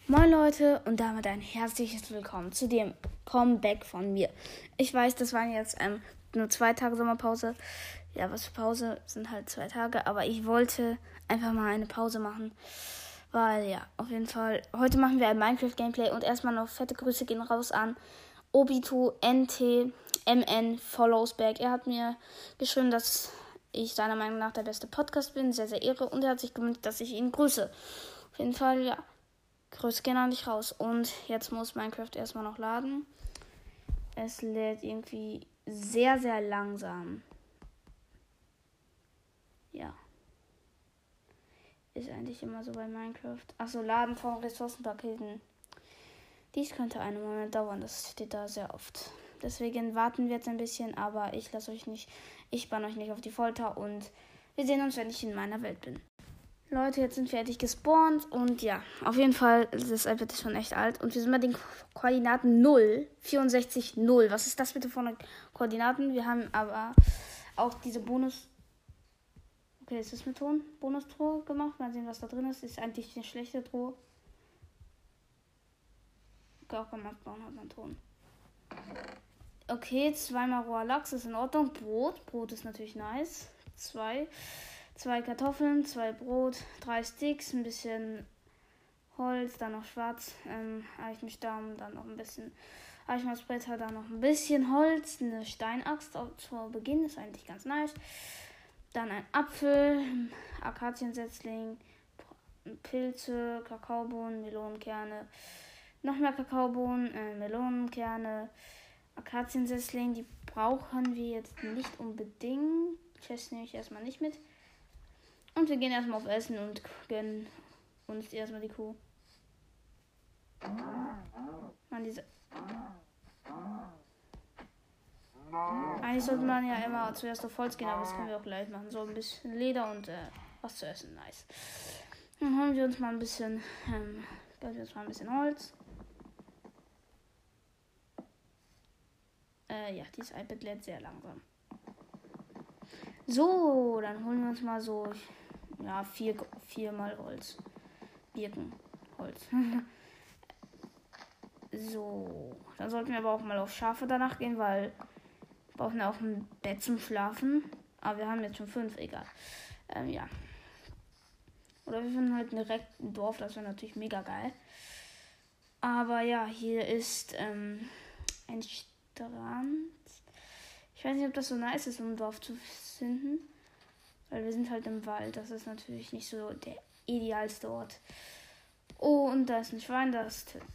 Moin Leute und damit ein herzliches Willkommen zu dem Comeback von mir. Ich weiß, das waren jetzt nur 2 Tage Sommerpause. Ja, was für Pause, sind halt 2 Tage. Aber ich wollte einfach mal eine Pause machen. Weil ja, auf jeden Fall, heute machen wir ein Minecraft-Gameplay. Und erstmal noch fette Grüße gehen raus an Obito NT MN Followsback. Er hat mir geschrieben, dass ich seiner Meinung nach der beste Podcast bin. Sehr, sehr ehre. Und er hat sich gewünscht, dass ich ihn grüße. Auf jeden Fall, ja. Grüße gerne an dich raus. Und jetzt muss Minecraft erstmal noch laden. Es lädt irgendwie sehr, sehr langsam. Ja. Ist eigentlich immer so bei Minecraft. Achso, Laden von Ressourcenpaketen. Dies könnte einen Moment dauern. Das steht da sehr oft. Deswegen warten wir jetzt ein bisschen. Aber ich spanne euch nicht auf die Folter. Und wir sehen uns, wenn ich in meiner Welt bin. Leute, jetzt sind wir endlich gespawnt und ja, auf jeden Fall, das iPad ist schon echt alt und wir sind bei den Koordinaten 0, 64, 0. Was ist das bitte von Koordinaten? Wir haben aber auch diese ist das mit Ton? Bonus-Truhe gemacht. Mal sehen, was da drin ist. Ist eigentlich eine schlechte Truhe. Okay, auch beim Abbauen hat man Ton. Okay, 2-mal roher Lachs ist in Ordnung. Brot ist natürlich nice. 2 Kartoffeln, 2 Brot, 3 Sticks, ein bisschen Holz, dann noch Schwarz, Eichenstamm, dann noch ein bisschen Eichenholzbretter, dann noch ein bisschen Holz, eine Steinaxt zu Beginn, ist eigentlich ganz nice. Dann ein Apfel, Akaziensetzling, Pilze, Kakaobohnen, Melonenkerne, noch mehr Kakaobohnen, Melonenkerne, Akaziensetzling, die brauchen wir jetzt nicht unbedingt. Chest nehme ich erstmal nicht mit. Und wir gehen erstmal auf Essen und gönnen uns erstmal die Kuh. Eigentlich sollte man ja immer zuerst auf Holz gehen, aber das können wir auch gleich machen. So ein bisschen Leder und was zu essen. Nice. Dann holen wir uns mal ein bisschen, Holz. Ja, dieses iPad lädt sehr langsam. So, dann holen wir uns mal so, ja, 4 mal Holz. Birkenholz. So, dann sollten wir aber auch mal auf Schafe danach gehen, weil wir brauchen ja auch ein Bett zum Schlafen. Aber wir haben jetzt schon 5, egal. Ja. Oder wir finden halt direkt ein Dorf, das wäre natürlich mega geil. Aber ja, hier ist ein Strand. Ich weiß nicht, ob das so nice ist, um ein Dorf zu finden. Weil wir sind halt im Wald. Das ist natürlich nicht so der idealste Ort. Oh, und da ist ein Schwein, das ist...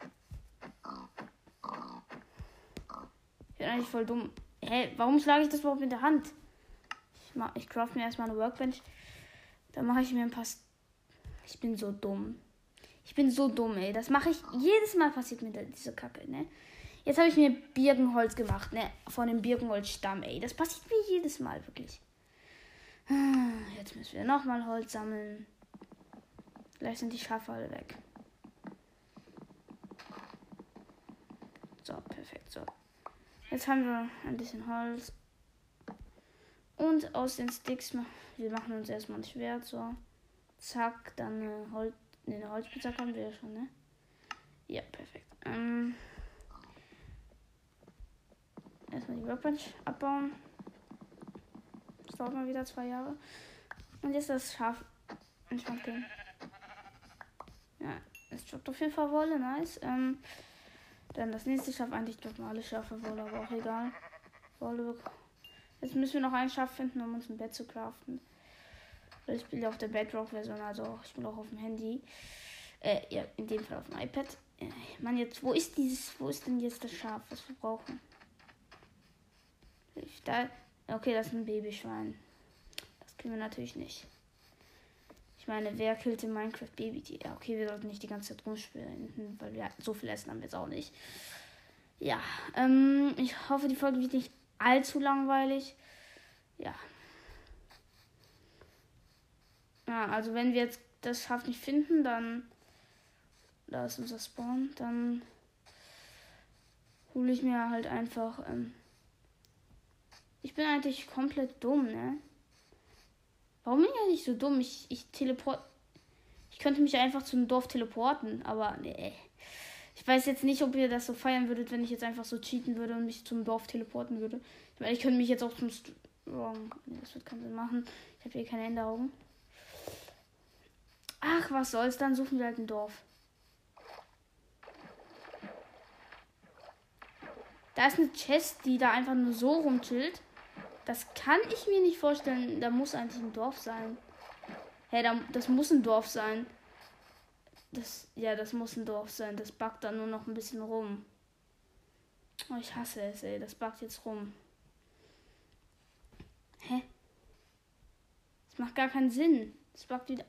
Ich bin eigentlich voll dumm. Warum schlage ich das überhaupt mit der Hand? Ich craft mir erstmal eine Workbench. Dann mache ich mir ein paar... Ich bin so dumm. Ey. Das mache ich... Jedes Mal passiert mir diese Kacke, ne? Jetzt habe ich mir Birkenholz gemacht, ne? Von dem Birkenholzstamm, ey. Das passiert mir jedes Mal, wirklich. Jetzt müssen wir nochmal Holz sammeln. Gleich sind die Schafe alle weg. So, perfekt, so. Jetzt haben wir ein bisschen Holz. Und aus den Sticks, wir machen uns erstmal ein Schwert, so. Zack, dann eine Holzpizza haben wir ja schon, ne? Ja, perfekt. Erstmal die Workbench abbauen. Das dauert mal wieder 2 Jahre. Und jetzt das Schaf entspannt gehen. Ja, es droppt auf jeden Fall Wolle, nice. Dann das nächste Schaf, eigentlich droppen alle Schafe Wolle, aber auch egal. Wolle. Jetzt müssen wir noch ein Schaf finden, um uns ein Bett zu craften. Ich spiele auf der Bedrock-Version, also ich spiele auch auf dem Handy. Ja, in dem Fall auf dem iPad. Mann, jetzt, wo ist denn jetzt das Schaf, was wir brauchen? Okay, das ist ein Babyschwein. Das kriegen wir natürlich nicht. Ich meine, wer killt in Minecraft Babytier? Ja, okay, wir sollten nicht die ganze Zeit rumspielen, weil wir so viel essen haben wir jetzt auch nicht. Ja, ich hoffe, die Folge wird nicht allzu langweilig. Ja. Ja, also wenn wir jetzt das Schaf nicht finden, dann... Da ist unser Spawn. Dann hole ich mir halt einfach... Ich bin eigentlich komplett dumm, ne? Warum bin ich eigentlich so dumm? Ich könnte mich einfach zum Dorf teleporten, aber nee. Ich weiß jetzt nicht, ob ihr das so feiern würdet, wenn ich jetzt einfach so cheaten würde und mich zum Dorf teleporten würde. Ich meine, ich könnte mich jetzt auch zum... Nee, das wird keinen Sinn machen. Ich habe hier keine Änderungen. Ach, was soll's, dann suchen wir halt ein Dorf. Da ist eine Chest, die da einfach nur so rumchillt. Das kann ich mir nicht vorstellen. Da muss eigentlich ein Dorf sein. Hey, das muss ein Dorf sein. Das muss ein Dorf sein. Das buggt dann nur noch ein bisschen rum. Oh, ich hasse es, ey. Das buggt jetzt rum. Hä? Das macht gar keinen Sinn. Das buggt wieder.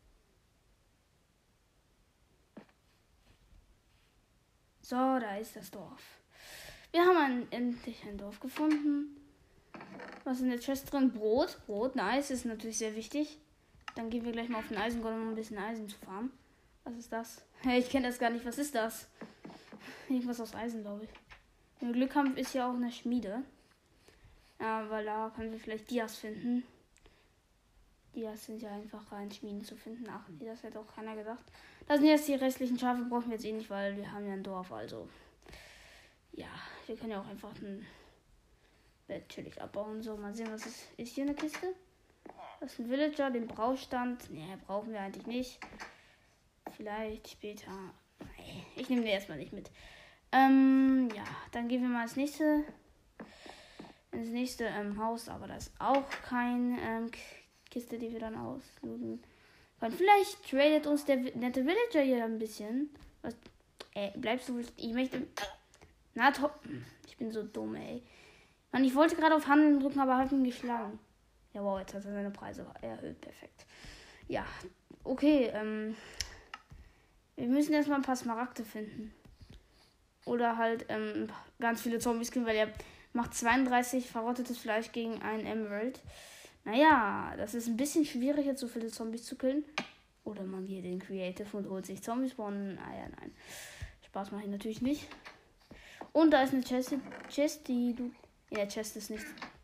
So, da ist das Dorf. Wir haben endlich ein Dorf gefunden. Was ist in der Chest drin? Brot. Brot, nice. Ist natürlich sehr wichtig. Dann gehen wir gleich mal auf den Eisengolem, um ein bisschen Eisen zu farmen. Was ist das? Hey, ich kenne das gar nicht. Was ist das? Irgendwas aus Eisen, glaube ich. Wenn wir Glück haben, ist hier auch eine Schmiede. Ja, weil da können wir vielleicht Dias finden. Dias sind ja einfach rein Schmieden zu finden. Ach, nee, das hätte auch keiner gedacht. Das sind jetzt die restlichen Schafe, brauchen wir jetzt eh nicht, weil wir haben ja ein Dorf, also. Ja, wir können ja auch einfach ein Bett chillig abbauen. So, mal sehen, was ist hier eine Kiste? Das ist ein Villager, den Braustand. Ne, brauchen wir eigentlich nicht. Vielleicht später. Nee, ich nehme den erstmal nicht mit. Ja, dann gehen wir mal ins nächste Haus, aber da ist auch keine Kiste, die wir dann auslooten können. Vielleicht tradet uns der nette Villager hier ein bisschen. Was? Bleibst du? Ich möchte. Na top. Ich bin so dumm, ey. Mann, ich wollte gerade auf Handeln drücken, aber habe ihn geschlagen. Ja, wow, jetzt hat er seine Preise erhöht. Perfekt. Ja, okay. Wir müssen erstmal ein paar Smaragde finden. Oder halt ganz viele Zombies killen, weil er macht 32 verrottetes Fleisch gegen einen Emerald. Naja, das ist ein bisschen schwierig, jetzt so viele Zombies zu killen. Oder man geht in Creative und holt sich Zombies von. Naja, nein. Spaß mache ich natürlich nicht. Und da ist eine Chest, die du... Ja, Chest ist nicht...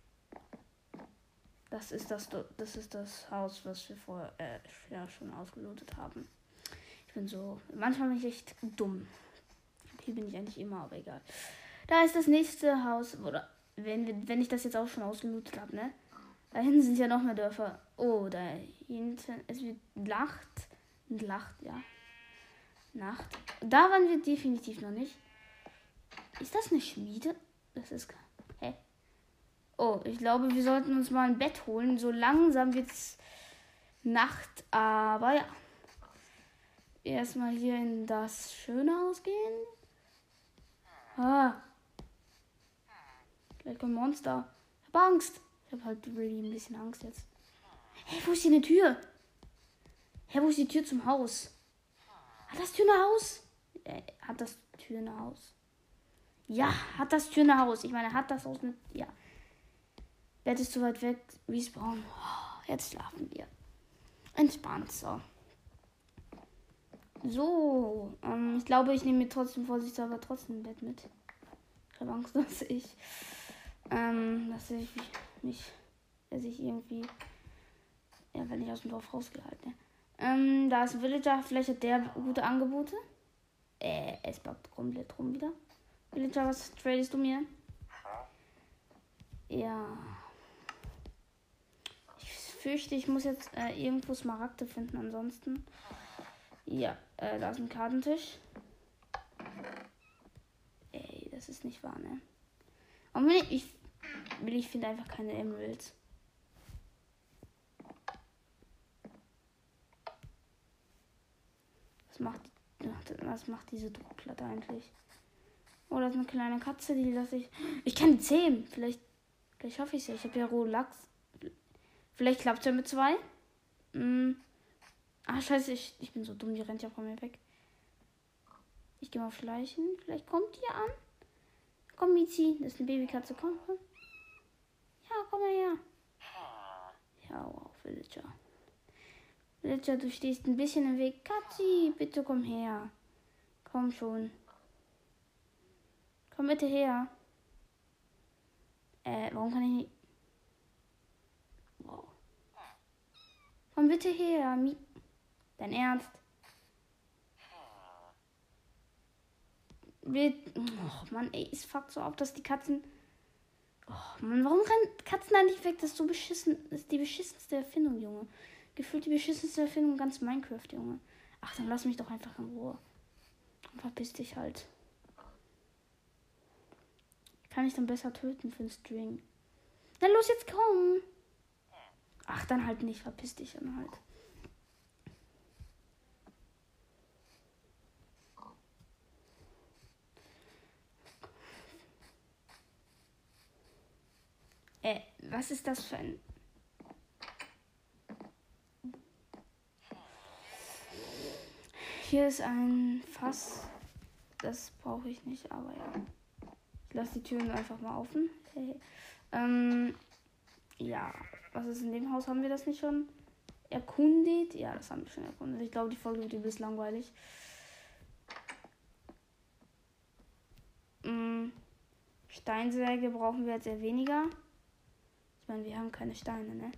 Das ist das Haus, was wir vorher schon ausgelootet haben. Ich bin so... Manchmal bin ich echt dumm. Hier bin ich eigentlich immer, aber egal. Da ist das nächste Haus. Oder wenn ich das jetzt auch schon ausgelootet habe, ne? Da hinten sind ja noch mehr Dörfer. Oh, da hinten... Es wird Nacht. Ja. Nacht. Da waren wir definitiv noch nicht. Ist das eine Schmiede? Das ist... Hä? Oh, ich glaube, wir sollten uns mal ein Bett holen. So langsam wird's Nacht. Aber ja. Erstmal hier in das schöne Haus gehen. Ah. Gleich kommt ein Monster. Ich hab Angst. Ich habe halt really ein bisschen Angst jetzt. Hey, wo ist hier eine Tür? Hey, wo ist die Tür zum Haus? Hat das Tür nach Haus? Hat das Tür nach Haus? Ja, hat das Tür nach Haus. Ich meine, hat das Haus mit... Ja. Bett ist zu weit weg. Respawn. Oh, jetzt schlafen wir. Entspannt, so. So. Ich glaube, ich nehme mir trotzdem vorsichtshalber trotzdem ein Bett mit. Ich habe Angst, dass ich irgendwie... Ja, wenn ich aus dem Dorf rausgehalten. Ne? Da ist ein Villager. Vielleicht hat der gute Angebote. Es bleibt komplett rum wieder. Villager, was tradest du mir? Ja. Ich fürchte, ich muss jetzt irgendwo Smaragde finden. Ansonsten. Ja, da ist ein Kartentisch. Ey, das ist nicht wahr, ne? Und ich finde einfach keine Emeralds. Was macht diese Druckplatte eigentlich? Oh, das ist eine kleine Katze, die lasse ich... Ich kann die zähmen. Vielleicht schaffe ich es ja. Ich habe ja rohen Lachs. Vielleicht klappt es ja mit 2. Scheiße, ich bin so dumm. Die rennt ja von mir weg. Ich gehe mal auf Schleichen. Vielleicht kommt die an. Komm, Mizi. Das ist eine Babykatze. Komm. Ja, komm mal her. Ja, wow, Villager. Villager, du stehst ein bisschen im Weg. Katzi, bitte komm her. Komm schon. Komm bitte her. Warum kann ich nicht... Wow. Komm bitte her. Dein Ernst? Oh Mann, ey, es fuckt so ab, dass die Katzen... Oh Mann, warum rennen Katzen eigentlich weg? Das ist so beschissen. Das ist die beschissenste Erfindung, Junge. Gefühlt die beschissenste Erfindung ganz Minecraft, Junge. Ach, dann lass mich doch einfach in Ruhe. Und verpiss dich halt. Kann ich dann besser töten für den String. Na los, jetzt komm. Ach, dann halt nicht. Verpiss dich dann halt. Was ist das für ein... Hier ist ein Fass. Das brauche ich nicht, aber ja. Ich lasse die Türen einfach mal offen. Ja, was ist in dem Haus? Haben wir das nicht schon erkundet? Ja, das haben wir schon erkundet. Ich glaube, die Folge wird übelst langweilig. Steinsäge brauchen wir jetzt eher weniger. Ich meine, wir haben keine Steine, ne?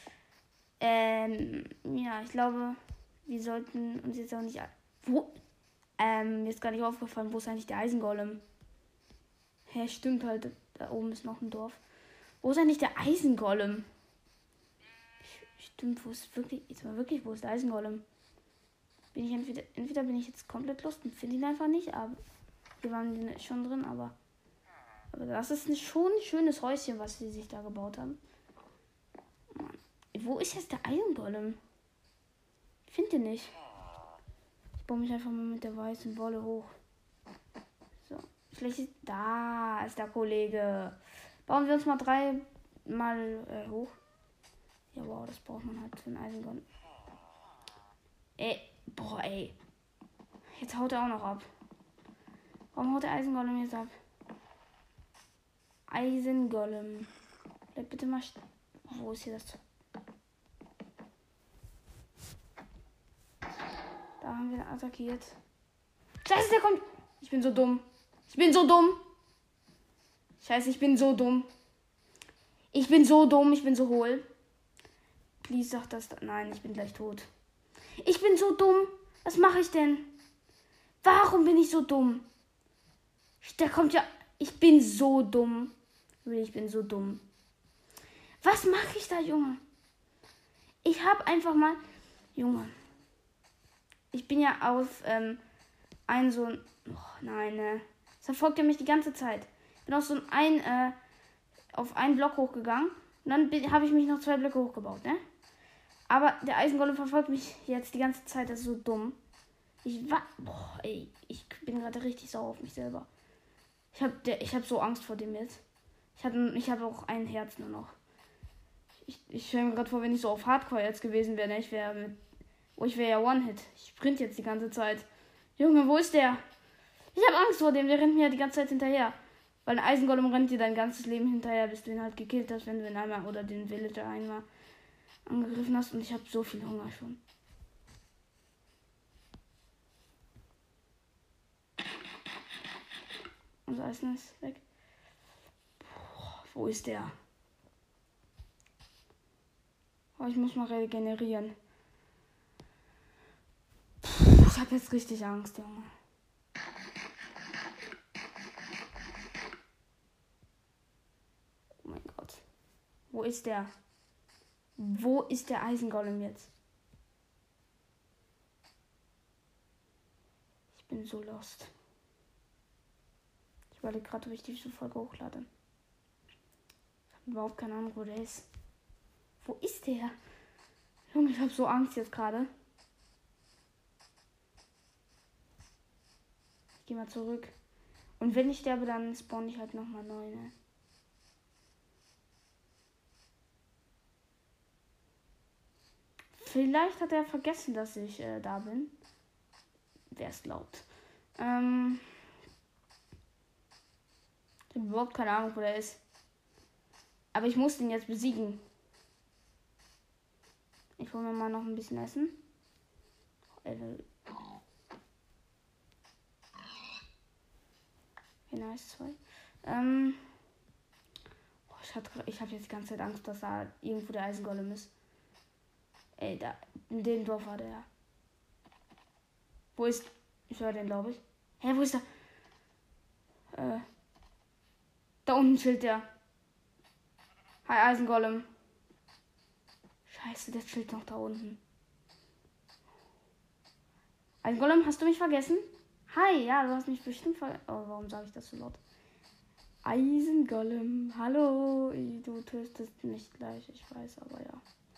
Ja, ich glaube, wir sollten uns jetzt auch nicht... Wo? Mir ist gar nicht aufgefallen, wo ist eigentlich der Eisengolem? Hä, stimmt halt. Da oben ist noch ein Dorf. Wo ist eigentlich der Eisengolem? Stimmt, wo ist wirklich... Jetzt mal wirklich, wo ist der Eisengolem? Bin ich entweder bin ich jetzt komplett lost und finde ihn einfach nicht, aber... Wir waren schon drin, aber das ist schon ein schönes Häuschen, was sie sich da gebaut haben. Mann. Wo ist jetzt der Eisengolem? Ich finde den nicht. Ich baue mich einfach mal mit der weißen Wolle hoch. So. Vielleicht ist... Da ist der Kollege. Bauen wir uns mal 3 mal hoch. Ja, wow, das braucht man halt für einen Eisengolem. Boah, ey. Jetzt haut er auch noch ab. Warum haut der Eisengolem jetzt ab? Eisengolem. Bleib bitte mal... Wo ist hier das? Da haben wir attackiert. Scheiße, der kommt. Ich bin so dumm. Ich bin so dumm. Scheiße, ich bin so dumm. Ich bin so dumm. Ich bin so hohl. Please, sag das. Nein, ich bin gleich tot. Ich bin so dumm. Was mache ich denn? Warum bin ich so dumm? Der kommt ja... Ich bin so dumm. Ich bin so dumm. Was mache ich da, Junge? Ich habe einfach mal... Junge. Ich bin ja auf so ein... Oh, nein, ne. Das verfolgt ja mich die ganze Zeit. Ich bin auf so auf einen Block hochgegangen. Und dann habe ich mich noch 2 Blöcke hochgebaut, ne? Aber der Eisengolem verfolgt mich jetzt die ganze Zeit. Das ist so dumm. Ich bin gerade richtig sauer auf mich selber. Ich hab so Angst vor dem jetzt. Ich habe auch ein Herz nur noch. Ich stelle mir gerade vor, wenn ich so auf Hardcore jetzt gewesen wäre, ne? Ich wäre ja One-Hit. Ich sprint jetzt die ganze Zeit. Junge, wo ist der? Ich habe Angst vor dem, der rennt mir ja die ganze Zeit hinterher. Weil ein Eisengolem rennt dir dein ganzes Leben hinterher, bis du ihn halt gekillt hast, wenn du ihn einmal oder den Villager einmal angegriffen hast. Und ich habe so viel Hunger schon. Unser Eisen ist weg. Wo ist der? Oh, ich muss mal regenerieren. Ich habe jetzt richtig Angst, Junge. Oh mein Gott. Wo ist der? Wo ist der Eisengolem jetzt? Ich bin so lost. Ich überlege gerade, ob ich diese Folge hochlade. Ich habe überhaupt keine Ahnung, wo der ist. Wo ist der? Junge, ich habe so Angst jetzt gerade. Ich gehe mal zurück. Und wenn ich sterbe, dann spawn ich halt nochmal neu, ne? Vielleicht hat er vergessen, dass ich da bin. Wer es glaubt. Ich habe überhaupt keine Ahnung, wo der ist. Aber ich muss den jetzt besiegen. Ich hole mir mal noch ein bisschen Essen. Okay, nice, 2. Ich habe jetzt die ganze Zeit Angst, dass da irgendwo der Eisengolem ist. Ey, da, in dem Dorf war der. Wo ist... Ich höre den, glaube ich. Hä, wo ist der? Da unten chillt der. Hi, Eisengolem. Scheiße, der chillt noch da unten. Eisengolem, hast du mich vergessen? Hi, ja, du hast mich bestimmt vergessen. Oh, warum sage ich das so laut? Eisengolem, hallo. Du tötest mich gleich, ich weiß, aber ja.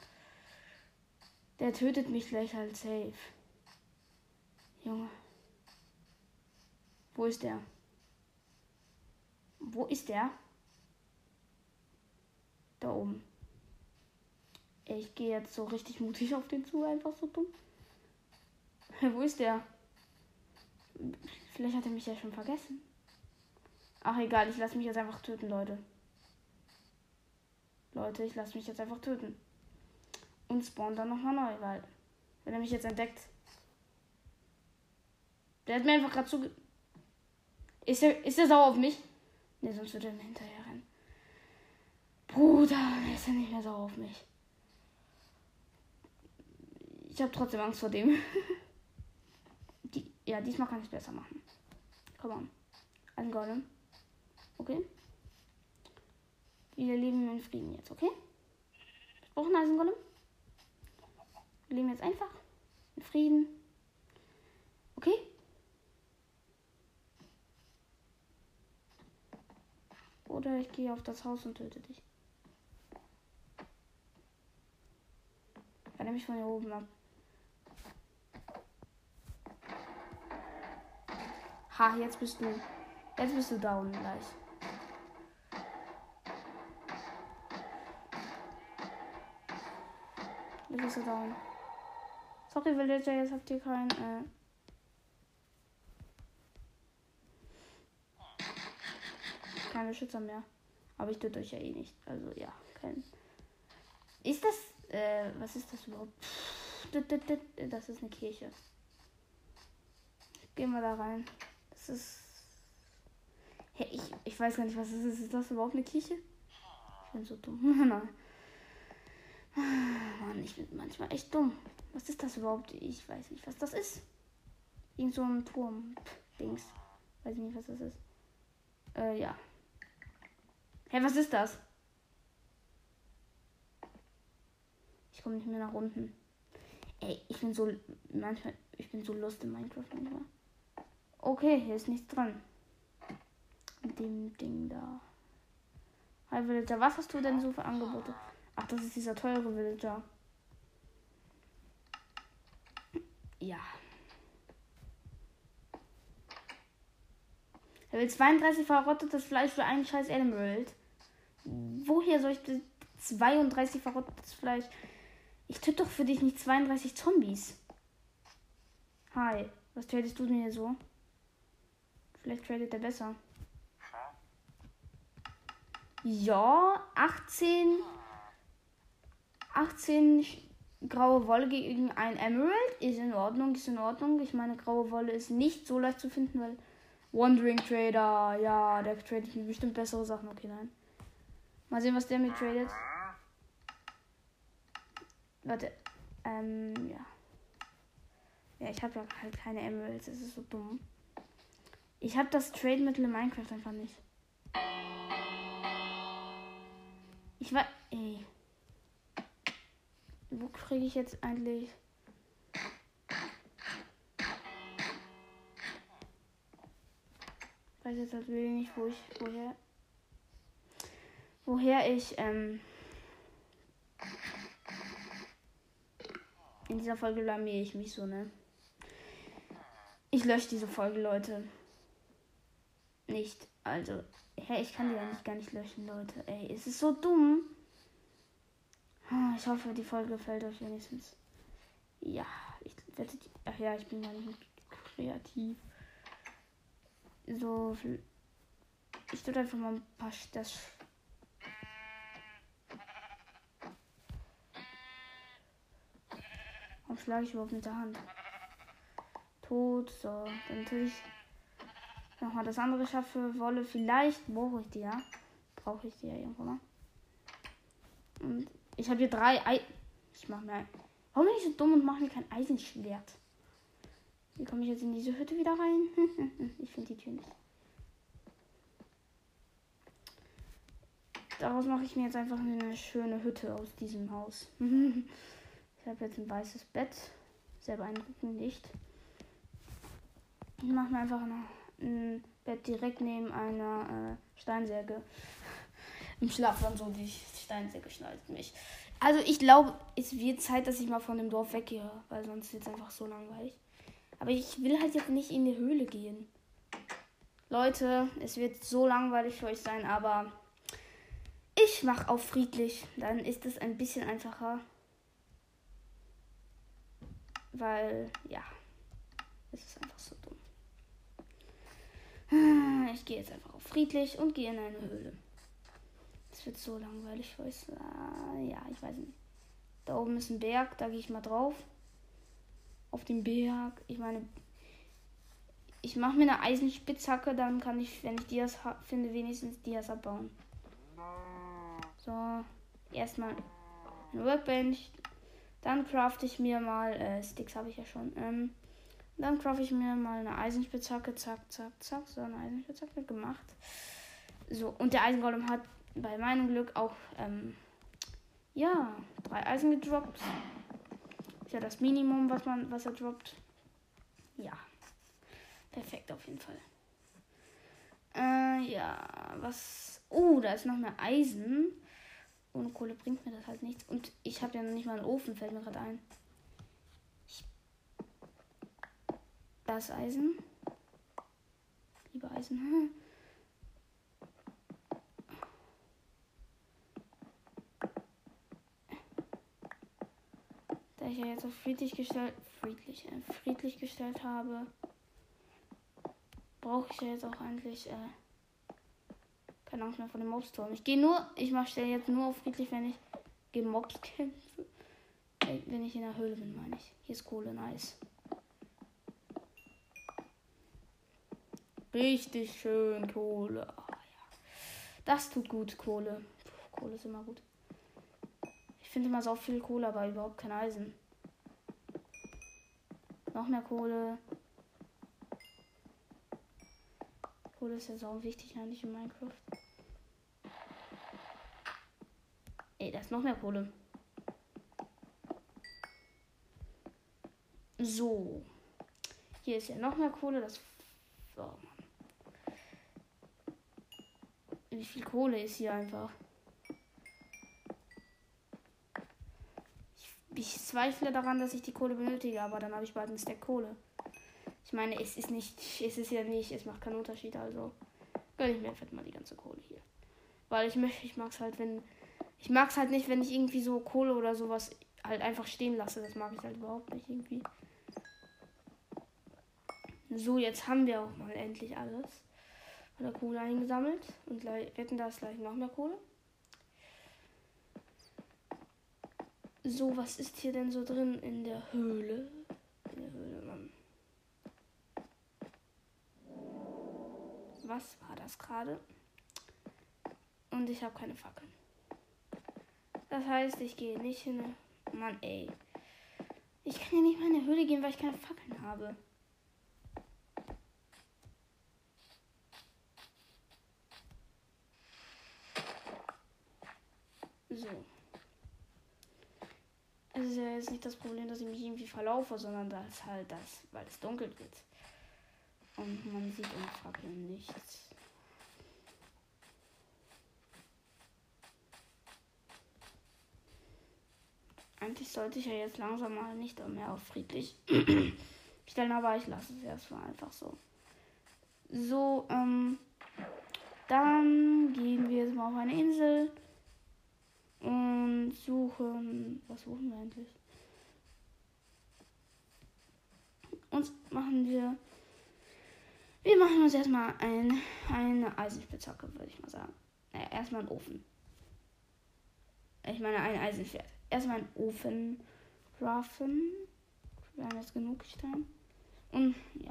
Der tötet mich gleich halt safe. Junge. Wo ist der? Wo ist der? Da oben. Ich gehe jetzt so richtig mutig auf den zu, einfach so dumm. Wo ist der? Vielleicht hat er mich ja schon vergessen. Ach egal, ich lasse mich jetzt einfach töten, Leute. Leute, ich lasse mich jetzt einfach töten. Und spawn dann nochmal neu, weil wenn er mich jetzt entdeckt. Der hat mir einfach gerade zuge... Ist er sauer auf mich? Ne, sonst würde er mir hinterher rennen. Bruder, ist er nicht mehr sauer auf mich. Ich habe trotzdem Angst vor dem. Ja, diesmal kann ich es besser machen. Komm on. Ein Golem. Okay. Wir leben in Frieden jetzt, okay? Wir brauchen einen Eisengolem. Wir leben jetzt einfach in Frieden. Okay? Oder ich gehe auf das Haus und töte dich. Weil er mich von hier oben ab. Ha, jetzt bist du down gleich. Jetzt bist du down. Sorry, Villager, jetzt habt ihr keine Beschützer mehr. Aber ich töte euch ja eh nicht. Also ja, kein. Ist das, was ist das überhaupt? Das ist eine Kirche. Gehen wir da rein. Das ist. Hey, ich weiß gar nicht, was das ist. Ist das überhaupt eine Kirche? Ich bin so dumm. Nein. Mann, ich bin manchmal echt dumm. Was ist das überhaupt? Ich weiß nicht, was das ist. Irgend so ein Turm-Dings. Weiß ich nicht, was das ist. Ja. Hey, was ist das? Ich komme nicht mehr nach unten. Ey, ich bin so lost in Minecraft manchmal. Okay, hier ist nichts dran. Mit dem Ding da. Hi Villager, was hast du denn so für Angebote? Ach, das ist dieser teure Villager. Ja. Er will 32 verrottetes Fleisch für einen scheiß Emerald. Woher soll ich 32 verrottetes Fleisch? Ich töte doch für dich nicht 32 Zombies. Hi, was tradest du denn hier so? Vielleicht tradet er besser. Ja, 18 graue Wolle gegen ein Emerald ist in Ordnung, Ich meine, graue Wolle ist nicht so leicht zu finden, weil Wandering Trader, ja, der tradet mir bestimmt bessere Sachen. Okay, nein. Mal sehen, was der mir tradet. Warte, ja. Ja, ich habe ja halt keine Emeralds, das ist so dumm. Ich habe das Trade-Mittel in Minecraft einfach nicht. Ich weiß, ey. Wo kriege ich jetzt eigentlich... Ich weiß jetzt halt wirklich nicht, woher ich, in dieser Folge blamiere ich mich so, ne? Ich lösche diese Folge, Leute. Nicht, also, hey, ich kann die ja gar nicht löschen, Leute. Ey, es ist so dumm. Ich hoffe, die Folge gefällt euch wenigstens. Ja, ich wette, ach ja, ich bin gar nicht kreativ. So, ich tue einfach mal ein paar Warum schlage ich überhaupt mit der Hand? Tot, so, dann natürlich nochmal das andere schaffe. Wolle, vielleicht brauche ich die ja. Irgendwo mal. Und ich habe hier 3 Ich mache mir Warum bin ich so dumm und mache mir kein Eisenschwert? Wie komme ich jetzt in diese Hütte wieder rein? Ich finde die Tür nicht. daraus mache ich mir jetzt einfach eine schöne Hütte aus diesem Haus. Ich habe jetzt ein weißes Bett. Sehr beeindruckend nicht. Ich mache mir einfach ein Bett direkt neben einer Steinsäge. Im Schlafland so, die Steinsäge schneidet mich. Also ich glaube, es wird Zeit, dass ich mal von dem Dorf weggehe, weil sonst wird es einfach so langweilig. Aber ich will halt jetzt nicht in die Höhle gehen. Leute, es wird so langweilig für euch sein, aber ich mache auf friedlich. Dann ist es ein bisschen einfacher. Weil, ja, es ist einfach so dumm. Ich gehe jetzt einfach auf friedlich und gehe in eine Höhle. Es wird so langweilig für euch. Ja, ich weiß nicht. Da oben ist ein Berg, da gehe ich mal drauf. Auf den Berg. Ich meine, ich mache mir eine Eisenspitzhacke, dann kann ich, wenn ich Dias finde, wenigstens Dias abbauen. So, erstmal ein Workbench. Dann crafte ich mir mal, Sticks habe ich ja schon. Dann crafte ich mir mal eine Eisenspitzhacke. Zack, zack, zack. So, eine Eisenspitzhacke gemacht. So, und der Eisengolem hat bei meinem Glück auch, 3 Eisen gedroppt. Ist ja das Minimum, was er droppt. Ja. Perfekt auf jeden Fall. Da ist noch mehr Eisen. Ohne Kohle bringt mir das halt nichts. Und ich habe ja noch nicht mal einen Ofen, fällt mir gerade ein. Das Eisen. Lieber Eisen. Da ich ja jetzt auf friedlich gestellt habe, brauche ich ja jetzt auch eigentlich keine Angst mehr vor dem Mobsturm. Ich stelle jetzt nur auf friedlich, wenn ich gegen Mobs kämpfe. Wenn ich in der Höhle bin, meine ich. Hier ist Kohle, nice. Richtig schön Kohle. Oh, ja. Das tut gut, Kohle. Kohle ist immer gut. Ich finde immer so viel Kohle, aber überhaupt kein Eisen. Noch mehr Kohle. Kohle ist ja so wichtig eigentlich in Minecraft. Ey, da ist noch mehr Kohle. So. Hier ist ja noch mehr Kohle. So, Mann. Wie viel Kohle ist hier einfach? Ich zweifle daran, dass ich die Kohle benötige, aber dann habe ich bald einen Stack Kohle. Ich meine, es macht keinen Unterschied, also gönne ich mir einfach mal die ganze Kohle hier. Weil ich mag es halt nicht, wenn ich irgendwie so Kohle oder sowas halt einfach stehen lasse. Das mag ich halt überhaupt nicht irgendwie. So, jetzt haben wir auch mal endlich alles von der Kohle eingesammelt. Und wetten, da ist gleich noch mehr Kohle. So, was ist hier denn so drin in der Höhle? Mann. Was war das gerade? Und ich habe keine Fackeln. Das heißt, ich gehe nicht hin. Mann, ey. Ich kann ja nicht mal in eine Höhle gehen, weil ich keine Fackeln habe. So. Es ist ja jetzt nicht das Problem, dass ich mich irgendwie verlaufe, sondern weil es dunkel wird. Und man sieht ohne Fackeln nichts. Eigentlich sollte ich ja jetzt langsam mal nicht mehr auf friedlich stellen, aber ich lasse es erstmal einfach so. So, dann gehen wir jetzt mal auf eine Insel und suchen. Was suchen wir eigentlich? Wir machen uns erstmal eine Eisenspitzhacke, würde ich mal sagen. Naja, erstmal einen Ofen. Ich meine, ein Eisenschwert. Erstmal einen Ofen craften. Wir haben jetzt genug Stein. Und ja.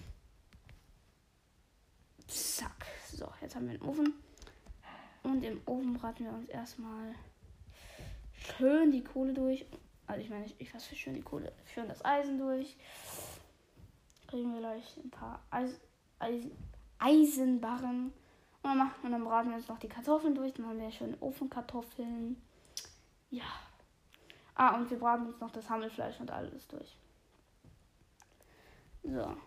Zack. So, jetzt haben wir einen Ofen. Und im Ofen braten wir uns erstmal schön die Kohle durch. Also ich meine, ich fasse schön die Kohle, schön das Eisen durch. Kriegen wir gleich ein paar Eisenbarren. Und dann braten wir jetzt noch die Kartoffeln durch. Dann haben wir schön Ofenkartoffeln. Ja. Und wir braten jetzt noch das Hammelfleisch und alles durch. So.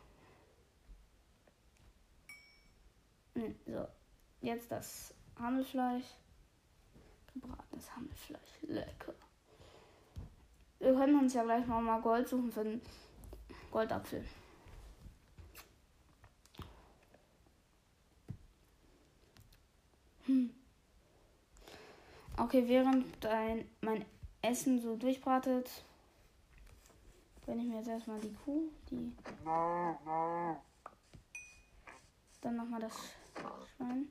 So. Jetzt das Hammelfleisch. Gebratenes Hammelfleisch. Lecker. Wir können uns ja gleich mal Gold suchen für den Goldapfel. Okay, während mein Essen so durchbratet, gönne ich mir jetzt erstmal die Kuh, dann nochmal das Schwein.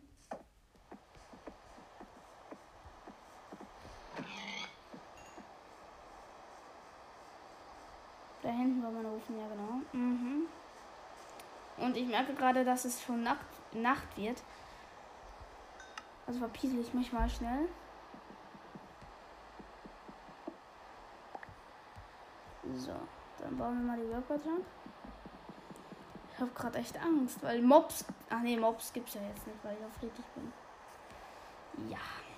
Da hinten war mein Ofen, ja genau. Und ich merke gerade, dass es schon Nacht wird. Also verpiesel ich mich mal schnell. So, dann bauen wir mal die Workbench ab. Ich habe gerade echt Angst, weil Mobs... Ach nee, Mobs gibt's ja jetzt nicht, weil ich auf friedlich bin. Ja.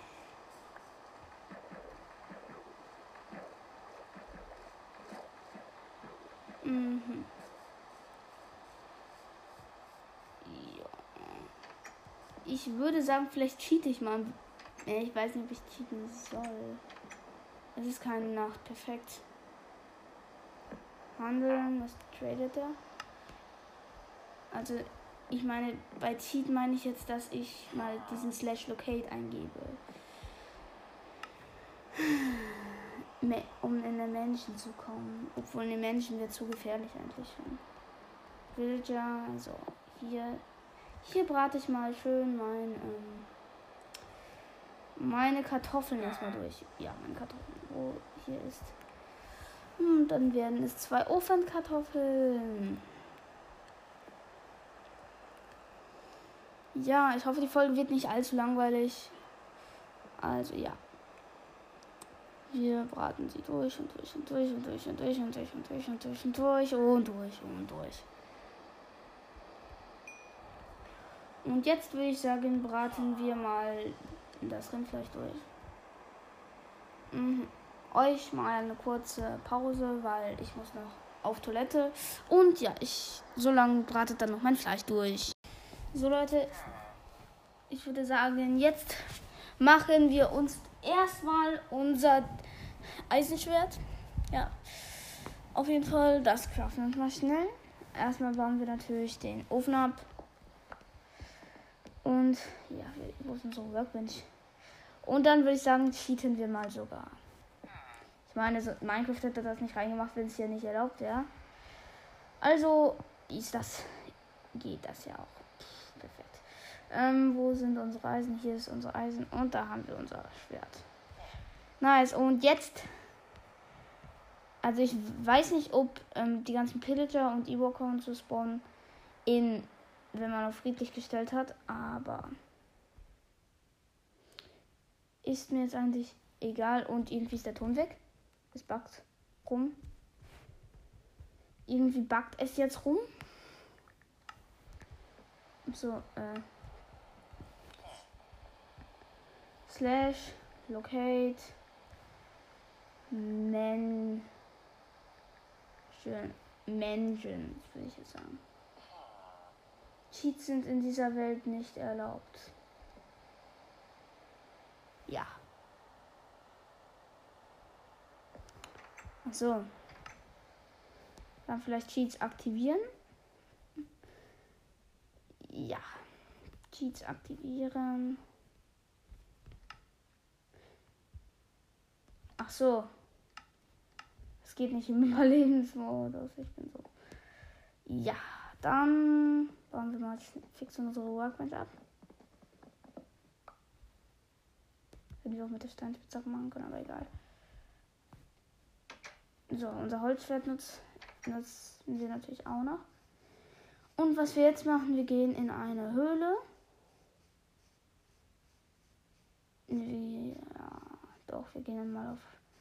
Ja. Ich würde sagen, vielleicht cheate ich mal. Ich weiß nicht, ob ich cheaten soll. Es ist keine Nacht. Perfekt. Handeln. Was tradet er? Also, ich meine, bei Cheat meine ich jetzt, dass ich mal diesen /locate eingebe. Um in den Menschen zu kommen. Obwohl in den Menschen wird zu gefährlich eigentlich schon. Villager, also hier brate ich mal schön meine Kartoffeln erstmal durch. Ja, meine Kartoffeln. Wo hier ist. Und dann werden es 2 Ofenkartoffeln. Ja, ich hoffe, die Folge wird nicht allzu langweilig. Also ja. Wir braten sie durch und durch und durch und durch und durch und durch und durch und durch und durch und durch und durch. Und jetzt würde ich sagen, braten wir mal das Rindfleisch durch. Euch mal eine kurze Pause, weil ich muss noch auf Toilette. Und ja, so lange bratet dann noch mein Fleisch durch. So Leute, ich würde sagen, jetzt machen wir uns erstmal unser Eisenschwert. Ja, auf jeden Fall, das craften wir uns mal schnell. Erstmal bauen wir natürlich den Ofen ab. Und ja, wo ist unsere Workbench? Und dann würde ich sagen, cheaten wir mal sogar. Ich meine, Minecraft hätte das nicht reingemacht, wenn es hier nicht erlaubt wäre. Also geht das ja auch. Perfekt. Wo sind unsere Eisen? Hier ist unser Eisen und da haben wir unser Schwert. Nice. Und jetzt, also ich weiß nicht, ob die ganzen Pillager und Evoker und so spawnen wenn man auf friedlich gestellt hat, aber ist mir jetzt eigentlich egal. Und irgendwie ist der Ton weg. Es buggt rum. Irgendwie buggt es jetzt rum. So, /locate Menschen, würde ich jetzt sagen. Cheats sind in dieser Welt nicht erlaubt. Ja. Achso. Dann vielleicht Cheats aktivieren. Ja. Cheats aktivieren. Ach so. Es geht nicht im Überlebensmodus. Ich bin so. Ja. Dann bauen wir mal fix unsere Workbench ab. Hätten wir auch mit der Steinspitzhacke machen können, aber egal. So, unser Holzschwert nutzen wir natürlich auch noch. Und was wir jetzt machen, wir gehen in eine Höhle. Ja, doch, wir gehen dann mal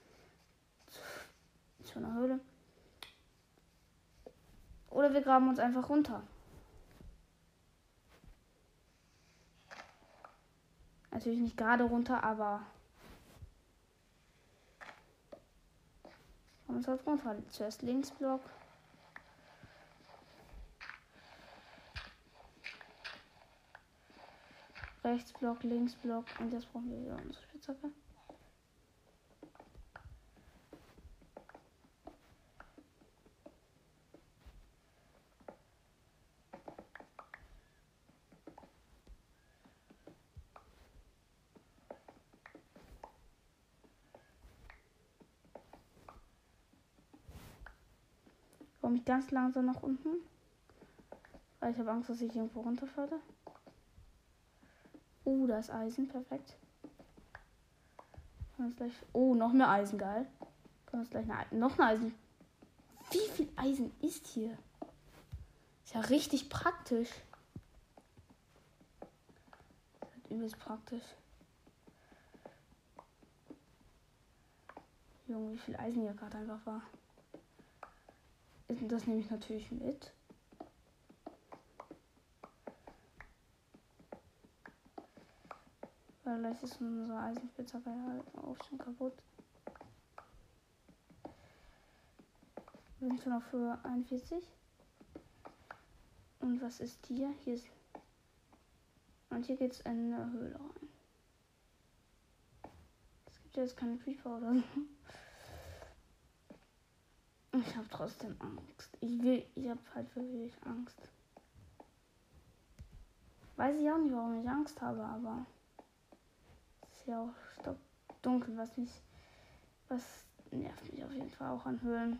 zu einer Höhle. Oder wir graben uns einfach runter. Natürlich nicht gerade runter, aber kann man es halt runter. Zuerst Linksblock. Rechtsblock, Linksblock. Und jetzt brauchen wir wieder unsere Spitzhacke. Komme ich ganz langsam nach unten. Weil ich habe Angst, dass ich irgendwo runterfalle. Da ist Eisen, perfekt. Kann gleich. Noch mehr Eisen, geil. Kann uns gleich noch ein Eisen. Wie viel Eisen ist hier? Ist ja richtig praktisch. Ist halt übelst praktisch. Junge, wie viel Eisen hier gerade einfach war. Das nehme ich natürlich mit. Weil gleich ist unsere Eisenspitzhacke halt auch schon kaputt. Wir sind schon auf Höhe 41. Und was ist hier? Hier ist. Und hier geht's in eine Höhle rein. Es gibt ja jetzt keine Creeper oder so. Ich habe trotzdem Angst. Ich habe halt wirklich Angst. Weiß ich auch nicht, warum ich Angst habe, aber es ist ja auch stockdunkel, was nervt mich auf jeden Fall auch an Höhlen.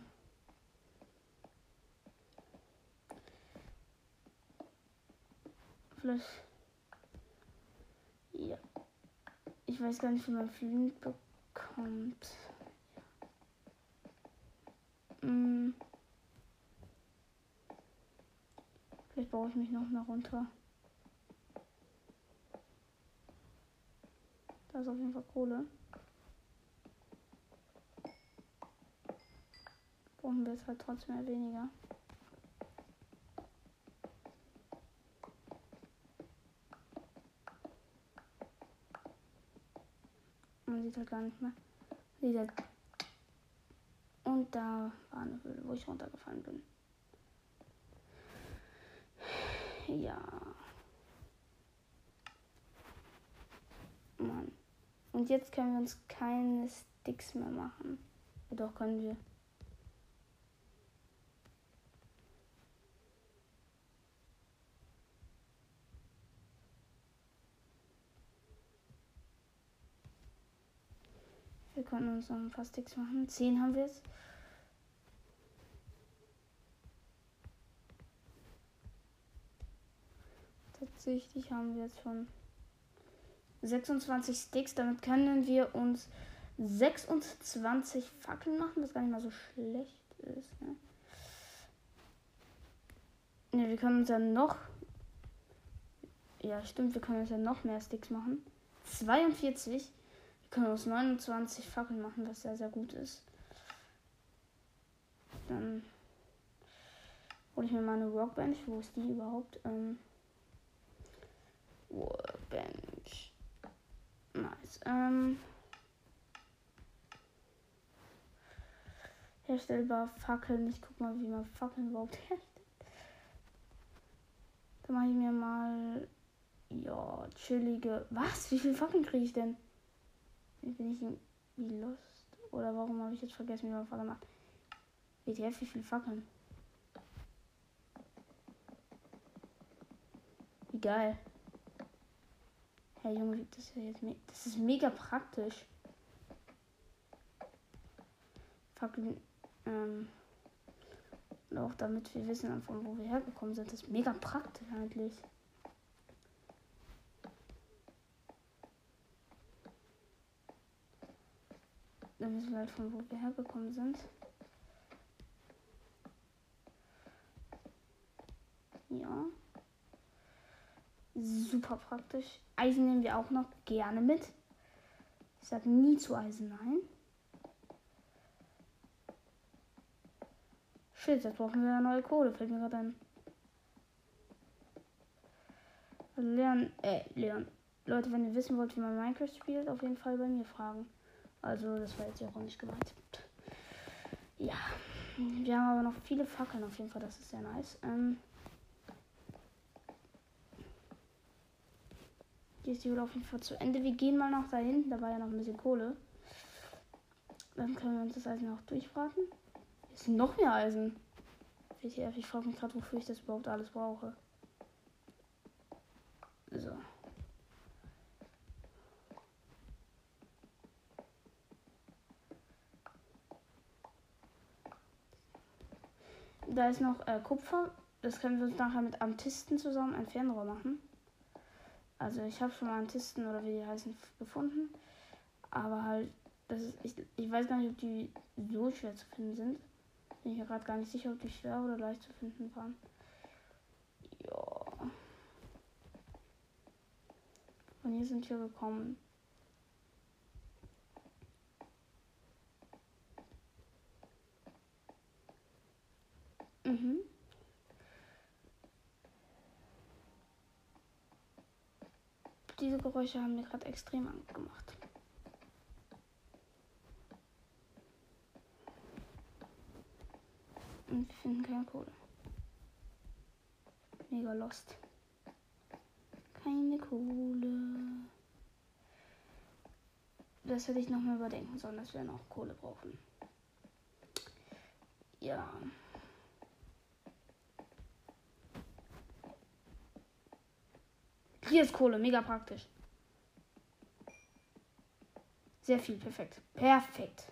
Vielleicht. Ja. Ich weiß gar nicht, wie man Flint bekommt. Vielleicht baue ich mich noch mehr runter. Da ist auf jeden Fall Kohle. Brauchen wir jetzt halt trotzdem mehr weniger. Man sieht halt gar nicht mehr. Und da war eine Höhle, wo ich runtergefallen bin. Ja. Mann. Und jetzt können wir uns keine Sticks mehr machen. Ja, doch, können wir. Wir können uns noch ein paar Sticks machen. 10 haben wir jetzt. Tatsächlich haben wir jetzt schon 26 Sticks. Damit können wir uns 26 Fackeln machen, was gar nicht mal so schlecht ist. Ne, wir können uns ja noch. Ja, stimmt, wir können uns ja noch mehr Sticks machen. 42. Wir können uns 29 Fackeln machen, was sehr, sehr gut ist. Dann hole ich mir mal eine Workbench. Wo ist die überhaupt? Workbench. Nice. Herstellbar Fackeln. Ich guck mal, wie man Fackeln überhaupt herstellt. Dann mache ich mir mal. Ja, chillige. Was? Wie viele Fackeln kriege ich denn? Bin ich irgendwie lost? Oder warum habe ich jetzt vergessen, wie man Fackeln macht? WTF, wie viele Fackeln? Wie geil. Hey Junge, das ist ja jetzt das ist mega praktisch. Fackeln, und auch damit wir wissen, von wo wir hergekommen sind. Das ist mega praktisch eigentlich. Dann wissen wir halt, von wo wir hergekommen sind. Ja. Super praktisch. Eisen nehmen wir auch noch gerne mit. Ich sage nie zu Eisen nein. Shit, jetzt brauchen wir eine neue Kohle. Fällt mir gerade ein. Leon. Leute, wenn ihr wissen wollt, wie man Minecraft spielt, auf jeden Fall bei mir fragen. Also, das war jetzt ja auch nicht gemeint. Ja. Wir haben aber noch viele Fackeln auf jeden Fall, das ist sehr nice. Hier ist die Höhle auf jeden Fall zu Ende. Wir gehen mal noch da hinten, da war ja noch ein bisschen Kohle. Dann können wir uns das Eisen auch durchbraten. Hier ist noch mehr Eisen. WTF, ich frage mich gerade, wofür ich das überhaupt alles brauche. So. Da ist noch Kupfer. Das können wir uns nachher mit Amethysten zusammen ein Fernrohr machen. Also ich habe schon mal Amethysten oder wie die heißen gefunden. Aber halt, ich weiß gar nicht, ob die so schwer zu finden sind. Bin ich mir gerade gar nicht sicher, ob die schwer oder leicht zu finden waren. Ja. Von hier sind wir gekommen. Mhm. Diese Geräusche haben mir gerade extrem Angst gemacht. Und wir finden keine Kohle. Mega lost. Keine Kohle. Das hätte ich noch mal überdenken sollen, dass wir noch Kohle brauchen. Ja. Hier ist Kohle, mega praktisch. Sehr viel, perfekt. Perfekt.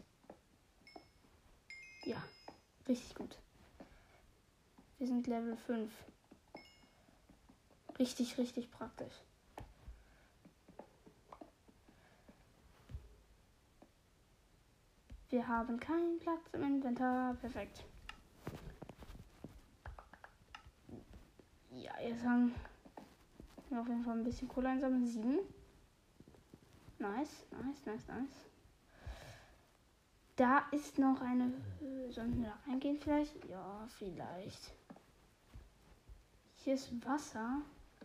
Ja, richtig gut. Wir sind Level 5. Richtig, richtig praktisch. Wir haben keinen Platz im Inventar. Perfekt. Ja, jetzt haben wir auf jeden Fall ein bisschen Kohle einsammeln. 7. Nice, nice, nice, nice. Da ist noch eine Höhe. Sollen wir da reingehen vielleicht? Ja, vielleicht. Hier ist Wasser.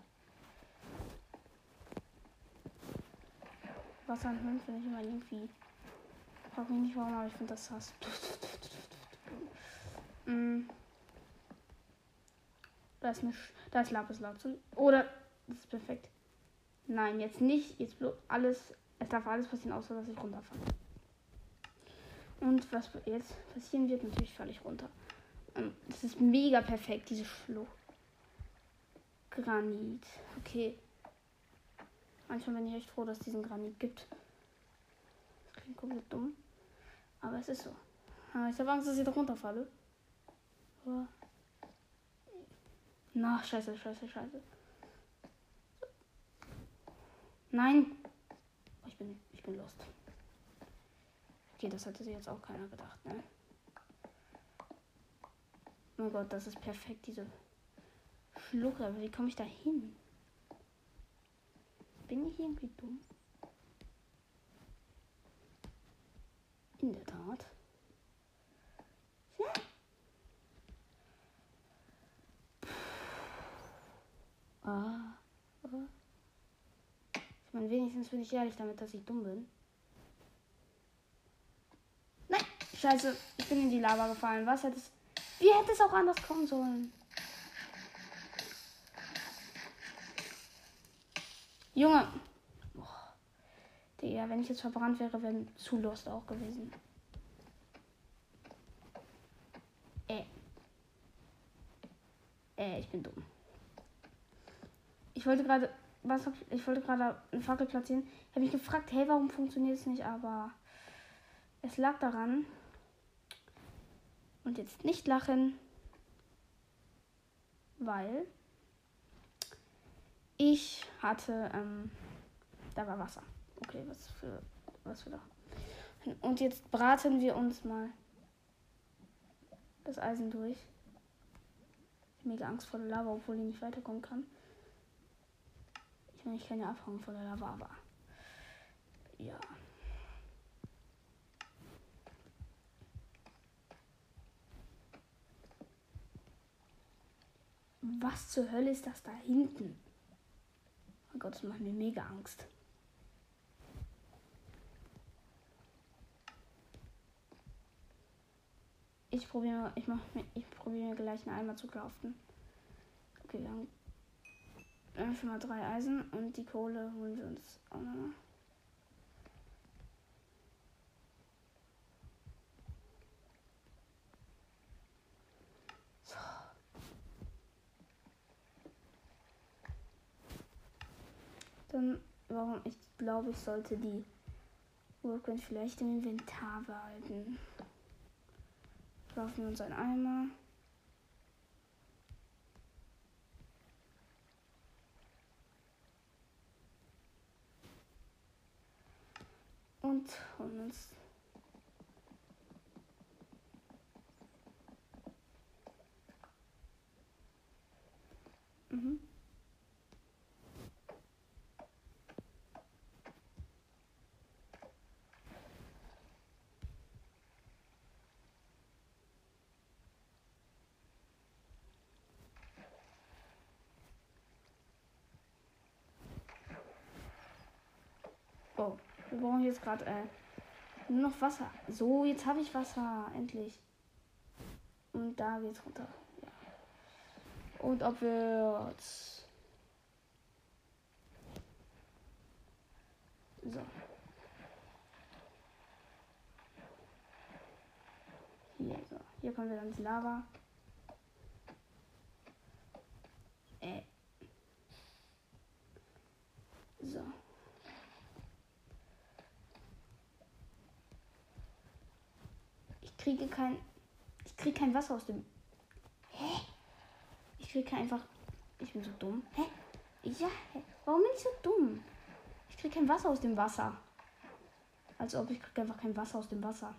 Wasser und Höhen finde ich immer irgendwie. Frag mich nicht warum, aber ich finde das sass. Da ist Lapislazuli. Oder, das ist perfekt. Nein, jetzt nicht. Jetzt bloß alles. Es darf alles passieren, außer dass ich runterfalle. Und was jetzt passieren wird, natürlich falle ich runter. Das ist mega perfekt, diese Schlucht. Granit. Okay. Manchmal bin ich echt froh, dass es diesen Granit gibt. Das klingt komplett dumm. Aber es ist so. Aber ich habe Angst, dass ich da runterfalle. Aber na, scheiße, scheiße, scheiße. Nein. Oh, ich bin lost. Okay, das hätte sich jetzt auch keiner gedacht, ne? Oh mein Gott, das ist perfekt, diese Schlucht. Aber wie komme ich da hin? Bin ich irgendwie dumm? In der Tat. Ja. Ich meine, wenigstens bin ich ehrlich damit, dass ich dumm bin. Nein, scheiße, ich bin in die Lava gefallen. Wie hätte es auch anders kommen sollen? Junge. Boah. Digga, wenn ich jetzt verbrannt wäre, wäre zu lost auch gewesen. Ich bin dumm. Ich wollte gerade eine Fackel platzieren. Ich habe mich gefragt, hey, warum funktioniert es nicht? Aber es lag daran. Und jetzt nicht lachen. Weil ich hatte, da war Wasser. Okay, was für da. Und jetzt braten wir uns mal das Eisen durch. Ich habe mega Angst vor der Lava, obwohl ich nicht weiterkommen kann. Ich meine, ich kann ja abhauen von der Lava, aber ja. Was zur Hölle ist das da hinten? Mein Gott, das macht mir mega Angst. Ich probiere mir gleich einen Eimer zu craften. Okay, wir haben schon mal 3 Eisen und die Kohle holen wir uns auch noch. So. Dann, ich glaube, ich sollte die Workbench vielleicht im Inventar behalten. Brauchen wir uns einen Eimer. Und holen uns Oh, wir brauchen jetzt gerade nur noch Wasser. So, jetzt habe ich Wasser. Endlich. Und da geht's runter. Ja. Und abwärts. So. So. Hier kommen wir dann ins Lava. So. Ich kriege kein Wasser aus dem... Hä? Ich kriege einfach... Ich bin so dumm. Hä? Ja, warum bin ich so dumm? Ich kriege kein Wasser aus dem Wasser. Als ob ich kriege einfach kein Wasser aus dem Wasser.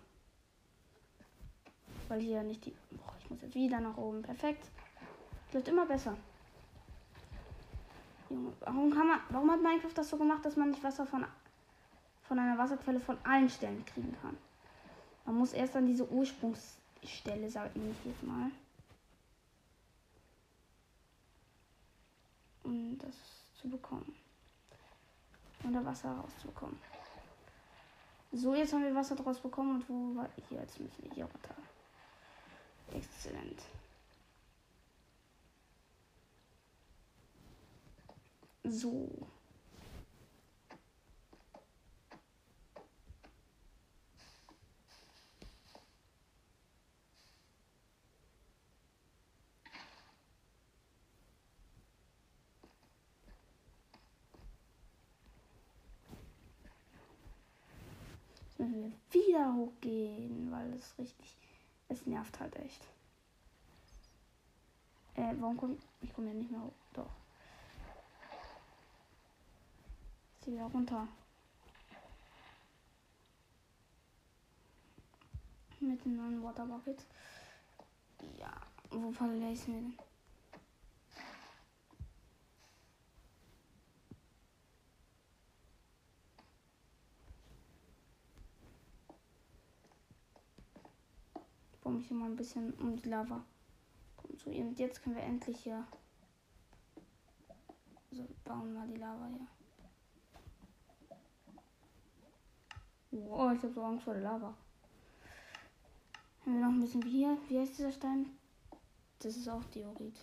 Weil hier nicht die... Oh, ich muss jetzt wieder nach oben. Perfekt. Wird immer besser. Junge, warum hat Minecraft das so gemacht, dass man nicht Wasser von einer Wasserquelle von allen Stellen kriegen kann? Man muss erst an diese Ursprungsstelle, sage ich jetzt mal. Um das zu bekommen. Und da Wasser rauszubekommen. So, jetzt haben wir Wasser draus bekommen und wo war hier? Jetzt müssen wir hier runter. Exzellent. So. Jetzt müssen wir wieder hochgehen, weil es nervt halt echt. Ich komme ja nicht mehr hoch. Doch. Jetzt wieder runter. Mit dem neuen Waterbucket. Ja, wo verlässt mir denn? Ich baue mich hier mal ein bisschen um die Lava. Kommt so, und jetzt können wir endlich hier. So, bauen mal die Lava hier. Oh, ich habe so Angst vor der Lava. Haben wir noch ein bisschen hier. Wie heißt dieser Stein? Das ist auch Diorit.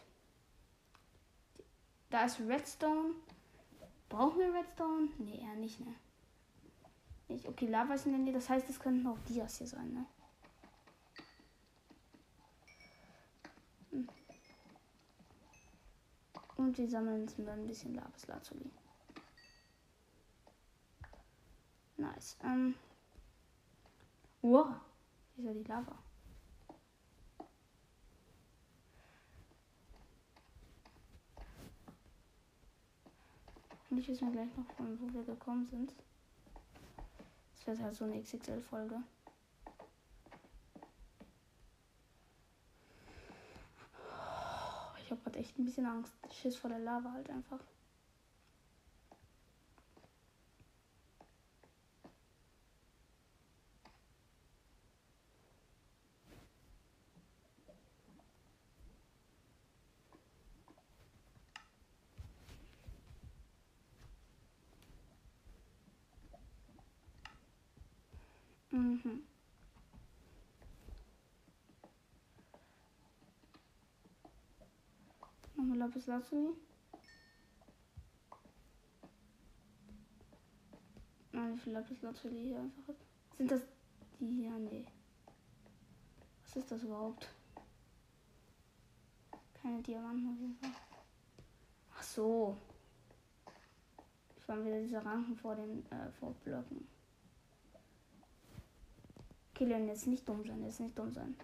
Da ist Redstone. Brauchen wir Redstone? Nee, eher nicht, ne? Okay, Lava ist in der Nähe. Das heißt, es könnten auch Dias hier sein, ne? Und wir sammeln uns dann ein bisschen Lapislazuli. Nice. Wow. Hier ist ja die Lava. Und ich wissen wir gleich noch, von wo wir gekommen sind. Das wird halt so eine XXL-Folge. Ich habe gerade echt ein bisschen Angst. Schiss vor der Lava halt einfach. Mhm. Nochmal Lapis Lazuli. Nein, wie viel Lapis Lazuli hier einfach ist. Sind das die hier? Nee. Was ist das überhaupt? Keine Diamanten auf jeden Fall. Ach so. Das waren wieder diese Ranken vor den vor Blöcken. Okay, Leon, jetzt nicht dumm sein, jetzt nicht dumm sein.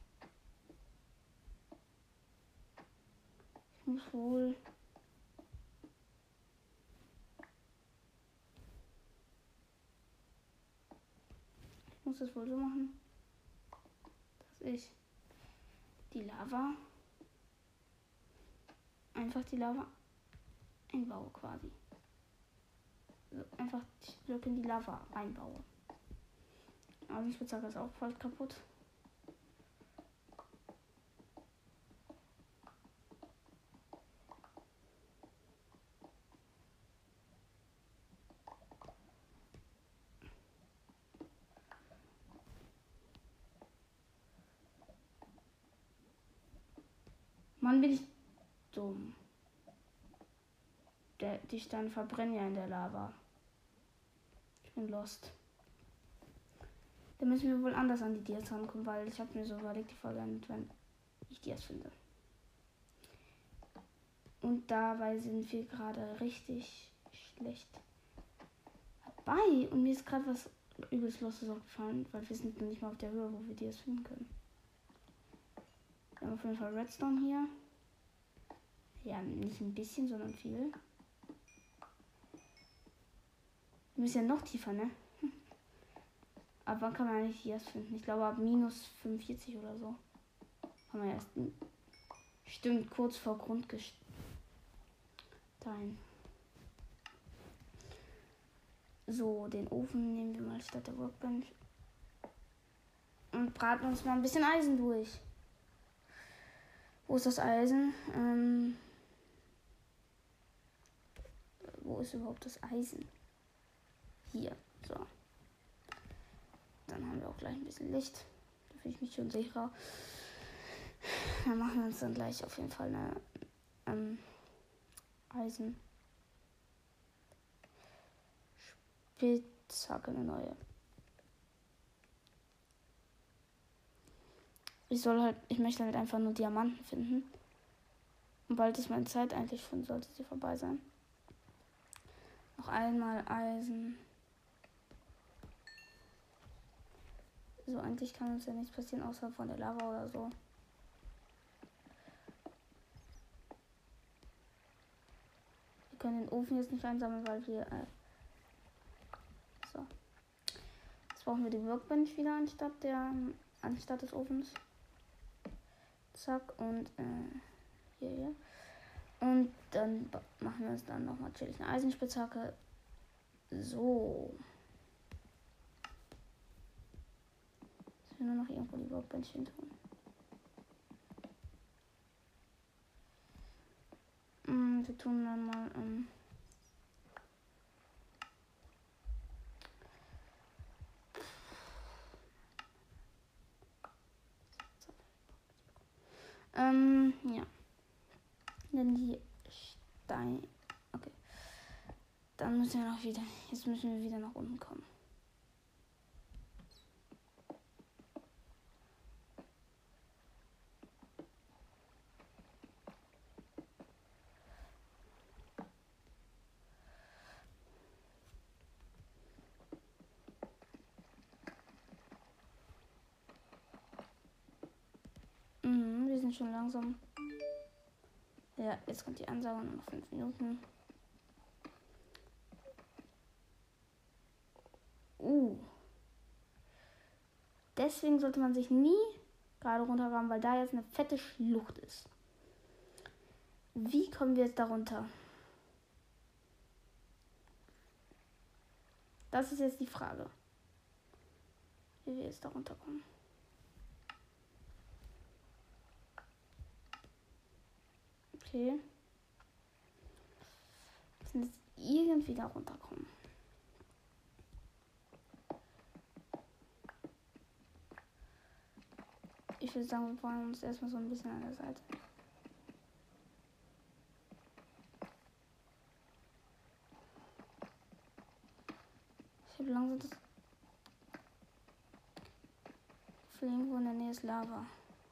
Ich muss wohl. Ich muss das wohl so machen, dass ich die Lava. Einfach die Lava einbaue quasi. Also einfach die Blöcke in die Lava einbaue. Aber die Spitzhacke ist auch voll kaputt. Mann, bin ich dumm. Die Steine verbrennen ja in der Lava. Ich bin lost. Da müssen wir wohl anders an die Dias rankommen, weil ich habe mir so überlegt, die Folge endet, wenn ich Dias finde. Und dabei sind wir gerade richtig schlecht dabei. Und mir ist gerade was übelst Lostes aufgefallen, weil wir sind noch nicht mal auf der Höhe, wo wir Dias finden können. Wir haben auf jeden Fall Redstone hier. Ja, nicht ein bisschen, sondern viel. Wir müssen ja noch tiefer, ne? Ab wann kann man eigentlich Dias finden? Ich glaube ab minus 45 oder so. Kann man erst. Stimmt, kurz vor Grundgestein. So, den Ofen nehmen wir mal statt der Workbench. Und braten uns mal ein bisschen Eisen durch. Wo ist das Eisen? Wo ist überhaupt das Eisen? Hier. So. Dann haben wir auch gleich ein bisschen Licht. Da fühle ich mich schon sicher. Dann machen wir uns dann gleich auf jeden Fall eine Eisen. Spitzhacke, eine neue. Ich möchte halt einfach nur Diamanten finden. Und bald ist meine Zeit eigentlich schon, sollte sie vorbei sein. Noch einmal Eisen. So, eigentlich kann uns ja nichts passieren, außer von der Lava oder so. Wir können den Ofen jetzt nicht einsammeln, weil wir... so. Jetzt brauchen wir die Workbench wieder anstatt des Ofens. Zack, und hier. Und dann machen wir uns dann nochmal chillig eine Eisenspitzhacke. So. Jetzt will nur noch irgendwo die Workbench hin tun. Wir tun dann mal ja. Dann die Steine. Okay. Dann müssen wir noch wieder. Jetzt müssen wir wieder nach unten kommen. Wir sind schon langsam. Ja, jetzt kommt die Ansage, nur noch 5 Minuten. Deswegen sollte man sich nie gerade runtergraben, weil da jetzt eine fette Schlucht ist. Wie kommen wir jetzt da runter? Das ist jetzt die Frage. Wie wir jetzt da runterkommen. Okay. Wir müssen jetzt irgendwie da runterkommen. ich würde sagen, wir brauchen uns erstmal so ein bisschen an der Seite. Ich habe langsam das... Irgendwo in der Nähe ist Lava.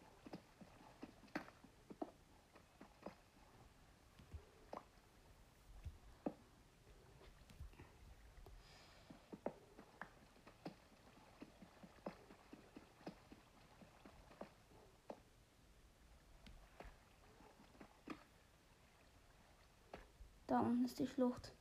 Da unten ist die Schlucht.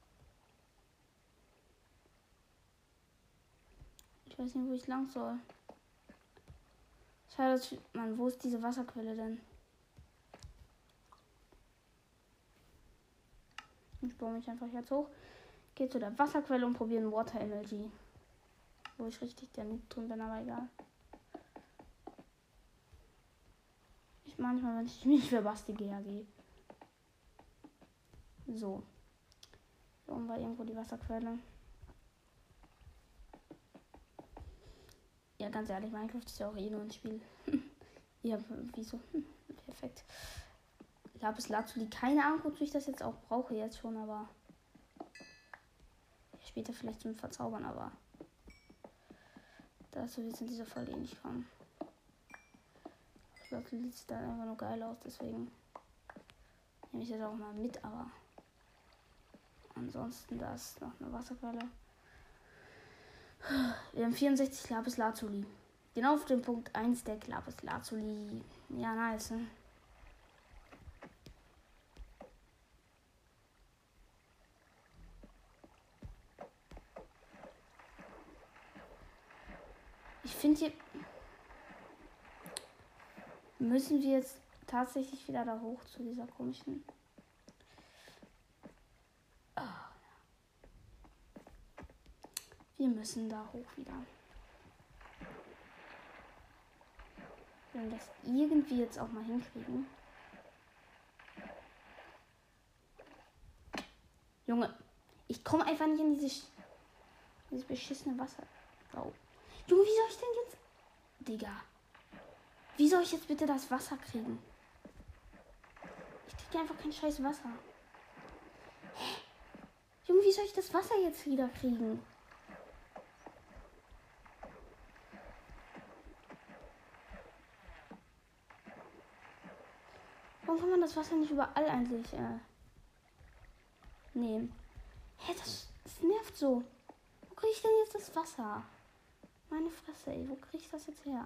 Ich weiß nicht, wo ich lang soll. Schade, Mann, wo ist diese Wasserquelle denn? Ich baue mich einfach jetzt hoch. Gehe zu der Wasserquelle und probiere ein Water Energy. Wo ich richtig der Noob drin bin, aber egal. Ich manchmal, wenn ich mich für Basti gehe. So. Hier oben war irgendwo die Wasserquelle. Ja, ganz ehrlich, Minecraft ist ja auch eh nur ein Spiel. Ja, wieso? Perfekt. Lapis Lazuli, keine Ahnung, wozu ich das jetzt auch brauche, jetzt schon, aber später vielleicht zum Verzaubern, aber dazu wird es in dieser Folge eh nicht kommen. Lazuli sieht dann einfach nur geil aus, deswegen nehme ich das auch mal mit, aber ansonsten da ist noch eine Wasserquelle. Wir haben 64 Lapis Lazuli. Genau auf dem Punkt 1 der Lapis Lazuli. Ja, nice, ne? Ich finde hier müssen wir jetzt tatsächlich wieder da hoch zu dieser komischen. Oh. Wir müssen da hoch wieder. Wenn wir das irgendwie jetzt auch mal hinkriegen. Junge, ich komme einfach nicht in dieses beschissene Wasser. Oh. Junge, wie soll ich denn jetzt... Digga. Wie soll ich jetzt bitte das Wasser kriegen? Ich kriege einfach kein scheiß Wasser. Hä? Junge, wie soll ich das Wasser jetzt wieder kriegen? Warum kann man das Wasser nicht überall eigentlich nehmen? Hä, das nervt so. Wo kriege ich denn jetzt das Wasser? Meine Fresse, ey. Wo kriege ich das jetzt her?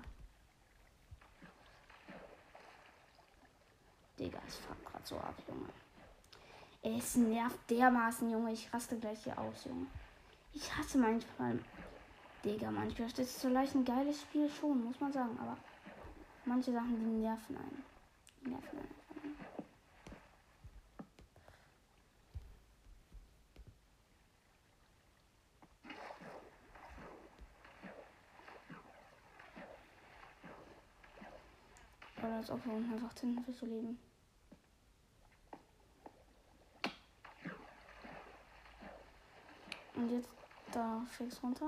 Digga, ich fuck grad so ab, Junge. Es nervt dermaßen, Junge. Ich raste gleich hier aus, Junge. Ich hasse manchmal. Digga, manchmal ist es so leicht ein geiles Spiel schon, muss man sagen. Aber manche Sachen, die nerven einen. Die nerven einen. Oder als ob wir unten einfach hinten für zu leben. Und jetzt da fix runter.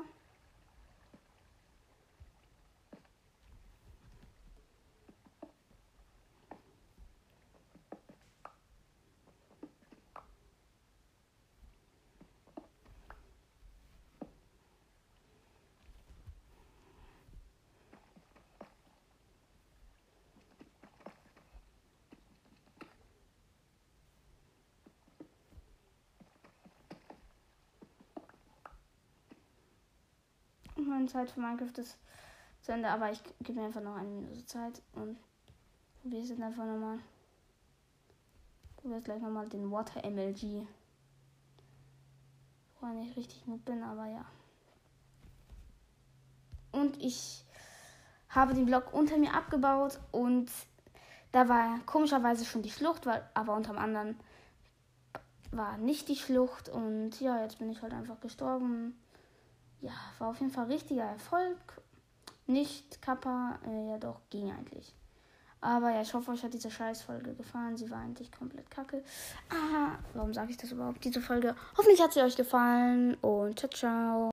Meine Zeit für Minecraft ist zu Ende, aber ich gebe mir einfach noch eine Minute Zeit und probiere es jetzt einfach nochmal. Probiere gleich nochmal den Water MLG. Wo ich richtig gut bin, aber ja. Und ich habe den Block unter mir abgebaut und da war komischerweise schon die Schlucht, aber unterm anderen war nicht die Schlucht und ja, jetzt bin ich halt einfach gestorben. Ja, war auf jeden Fall richtiger Erfolg. Nicht Kappa, ja doch, ging eigentlich. Aber ja, ich hoffe, euch hat diese Scheißfolge gefallen. Sie war eigentlich komplett kacke. Warum sage ich das überhaupt, diese Folge? Hoffentlich hat sie euch gefallen und ciao, ciao.